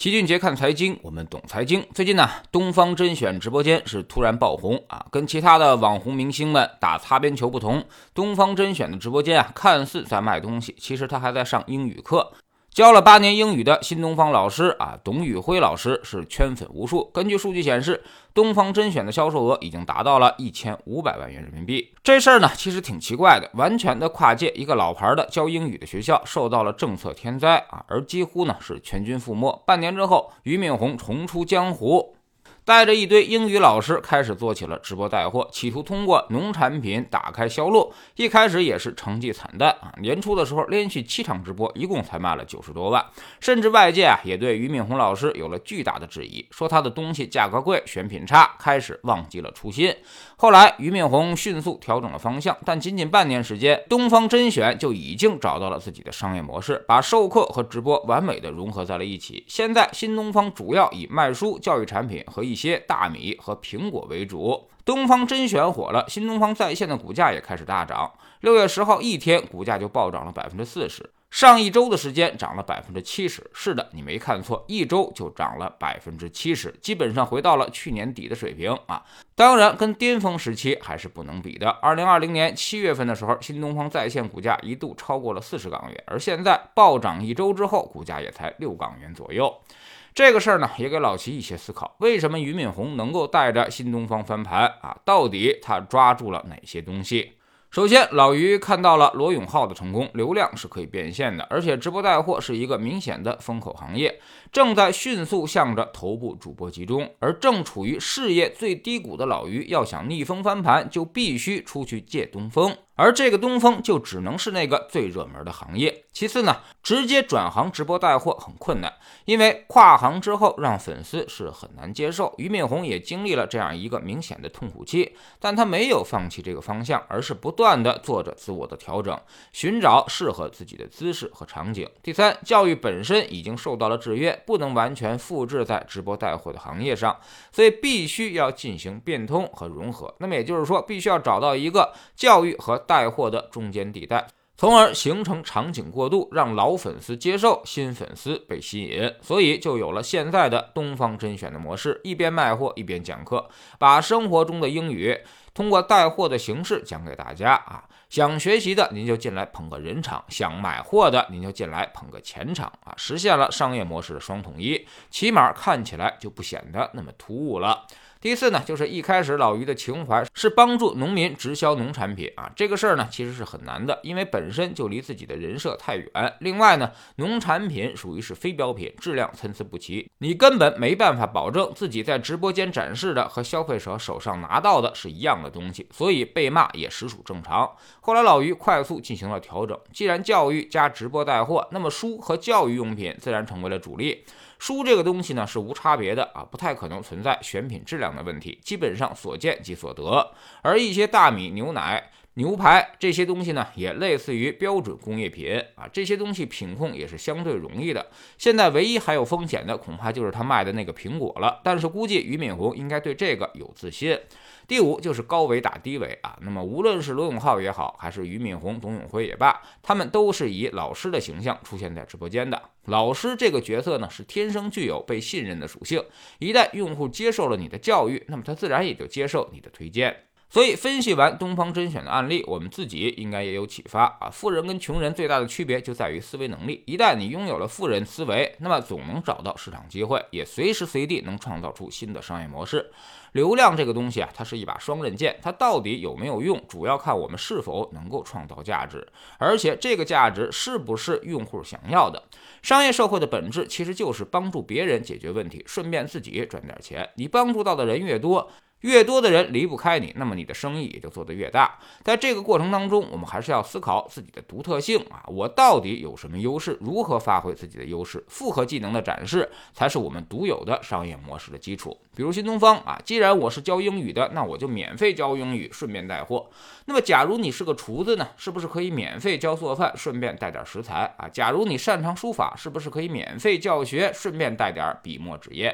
齐俊杰看财经，我们懂财经。最近呢，东方甄选直播间是突然爆红啊，跟其他的网红明星们打擦边球不同，东方甄选的直播间啊，看似在卖东西，其实他还在上英语课。教了8年英语的新东方老师啊，董宇辉老师是圈粉无数。根据数据显示，东方甄选的销售额已经达到了1500万元人民币。这事儿呢，其实挺奇怪的，完全的跨界，一个老牌的教英语的学校受到了政策天灾啊，而几乎呢是全军覆没。半年之后，俞敏洪重出江湖。带着一堆英语老师开始做起了直播带货，企图通过农产品打开销路。一开始也是成绩惨淡啊，年初的时候连续7场直播，一共才卖了90多万。甚至外界也对俞敏洪老师有了巨大的质疑，说他的东西价格贵，选品差，开始忘记了初心。后来俞敏洪迅速调整了方向，但仅仅半年时间，东方甄选就已经找到了自己的商业模式，把授课和直播完美的融合在了一起。现在新东方主要以卖书、教育产品和一些大米和苹果为主。东方甄选火了，新东方在线的股价也开始大涨。6月10号一天，股价就暴涨了40%。上一周的时间涨了70%，是的，你没看错，一周就涨了70%，基本上回到了去年底的水平啊。当然，跟巅峰时期还是不能比的。2020年7月份的时候，新东方在线股价一度超过了40港元，而现在暴涨一周之后，股价也才6港元左右。这个事儿呢，也给老齐一些思考，为什么俞敏洪能够带着新东方翻盘啊？到底他抓住了哪些东西？首先，老俞看到了罗永浩的成功，流量是可以变现的，而且直播带货是一个明显的风口行业，正在迅速向着头部主播集中。而正处于事业最低谷的老俞，要想逆风翻盘，就必须出去借东风。而这个东风就只能是那个最热门的行业。其次呢，直接转行直播带货很困难，因为跨行之后让粉丝是很难接受。俞敏洪也经历了这样一个明显的痛苦期，但他没有放弃这个方向，而是不断的做着自我的调整，寻找适合自己的姿势和场景。第三，教育本身已经受到了制约，不能完全复制在直播带货的行业上，所以必须要进行变通和融合。那么也就是说，必须要找到一个教育和带货的中间地带，从而形成场景过渡，让老粉丝接受，新粉丝被吸引。所以就有了现在的东方甄选的模式，一边卖货一边讲课，把生活中的英语通过带货的形式讲给大家啊。想学习的您就进来捧个人场，想买货的您就进来捧个钱场啊，实现了商业模式的双统一，起码看起来就不显得那么突兀了。第四呢，就是一开始老俞的情怀是帮助农民直销农产品啊，这个事儿呢其实是很难的，因为本身就离自己的人设太远。另外呢，农产品属于是非标品，质量参差不齐，你根本没办法保证自己在直播间展示的和消费者手上拿到的是一样的东西，所以被骂也实属正常。后来老俞快速进行了调整，既然教育加直播带货，那么书和教育用品自然成为了主力。书这个东西呢是无差别的啊，不太可能存在选品质量的问题，基本上所见即所得。而一些大米、牛奶、牛排这些东西呢，也类似于标准工业品啊，这些东西品控也是相对容易的。现在唯一还有风险的，恐怕就是他卖的那个苹果了。但是估计俞敏洪应该对这个有自信。第五就是高维打低维啊，那么无论是罗永浩也好，还是俞敏洪、董永辉也罢，他们都是以老师的形象出现在直播间的。老师这个角色呢，是天生具有被信任的属性，一旦用户接受了你的教育，那么他自然也就接受你的推荐。所以分析完东方甄选的案例，我们自己应该也有启发啊。富人跟穷人最大的区别就在于思维能力，一旦你拥有了富人思维，那么总能找到市场机会，也随时随地能创造出新的商业模式。流量这个东西啊，它是一把双刃剑，它到底有没有用，主要看我们是否能够创造价值，而且这个价值是不是用户想要的。商业社会的本质其实就是帮助别人解决问题，顺便自己赚点钱。你帮助到的人越多，越多的人离不开你，那么你的生意也就做得越大。在这个过程当中，我们还是要思考自己的独特性啊，我到底有什么优势，如何发挥自己的优势，复合技能的展示才是我们独有的商业模式的基础。比如新东方啊，既然我是教英语的，那我就免费教英语，顺便带货。那么假如你是个厨子呢，是不是可以免费教做饭，顺便带点食材啊？假如你擅长书法，是不是可以免费教学，顺便带点笔墨纸砚？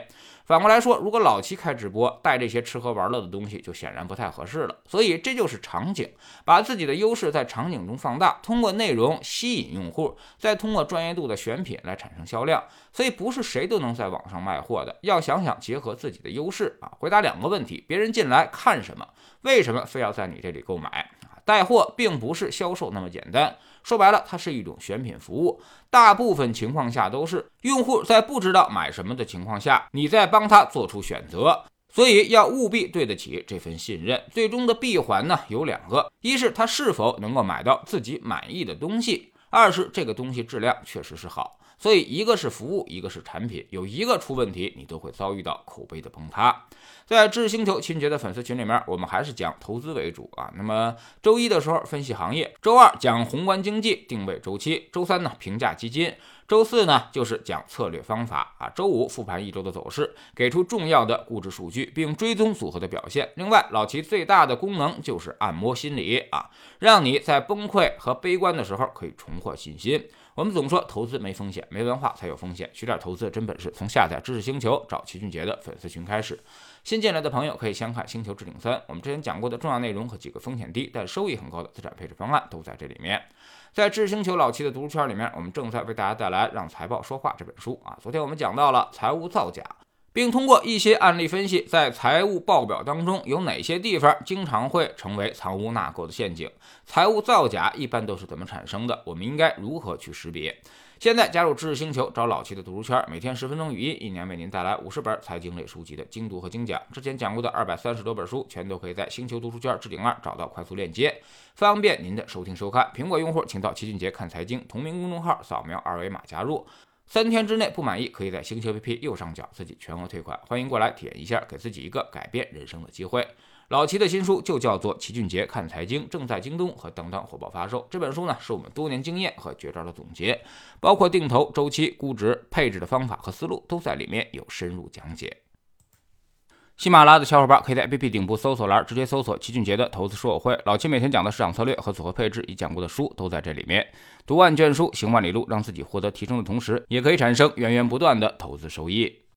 反过来说，如果老齐开直播带这些吃喝玩乐的东西，就显然不太合适了。所以这就是场景，把自己的优势在场景中放大，通过内容吸引用户，再通过专业度的选品来产生销量。所以不是谁都能在网上卖货的，要想想结合自己的优势啊，回答2个问题：别人进来看什么？为什么非要在你这里购买？带货并不是销售那么简单，说白了，它是一种选品服务。大部分情况下都是用户在不知道买什么的情况下，你在帮他做出选择。所以要务必对得起这份信任。最终的闭环呢有2个，一是他是否能够买到自己满意的东西，二是这个东西质量确实是好。所以一个是服务，一个是产品，有一个出问题，你都会遭遇到口碑的崩塌。在知识星球秦杰的粉丝群里面，我们还是讲投资为主啊。那么周一的时候分析行业，周二讲宏观经济定位周期，周三呢评价基金，周四呢就是讲策略方法啊。周五复盘一周的走势，给出重要的估值数据，并追踪组合的表现。另外，老齐最大的功能就是按摩心理啊，让你在崩溃和悲观的时候可以重获信心。我们总说投资没风险，没文化才有风险。学点投资的真本事，从下载知识星球找齐俊杰的粉丝群开始。新进来的朋友可以先看星球置顶3，我们之前讲过的重要内容和几个风险低但收益很高的资产配置方案都在这里面。在知识星球老齐的读书圈里面，我们正在为大家带来《让财报说话》这本书啊。昨天我们讲到了财务造假，并通过一些案例分析，在财务报表当中有哪些地方经常会成为藏污纳垢的陷阱，财务造假一般都是怎么产生的，我们应该如何去识别。现在加入知识星球，找老齐的读书圈，每天10分钟语音，一年为您带来50本财经类书籍的精读和精讲。之前讲过的230多本书，全都可以在星球读书圈置顶2找到快速链接，方便您的收听收看。苹果用户请到齐俊杰看财经同名公众号，扫描2维码加入。3天之内不满意，可以在星球 APP 右上角自己全额退款，欢迎过来体验一下，给自己一个改变人生的机会。老齐的新书就叫做《齐俊杰看财经》，正在京东和当当火爆发售。这本书呢，是我们多年经验和绝招的总结，包括定投、周期、估值、配置的方法和思路，都在里面有深入讲解。喜马拉雅的小伙伴可以在 APP 顶部搜索栏直接搜索齐俊杰的投资书友会，老齐每天讲的市场策略和组合配置已讲过的书都在这里面。读万卷书，行万里路，让自己获得提升的同时，也可以产生源源不断的投资收益。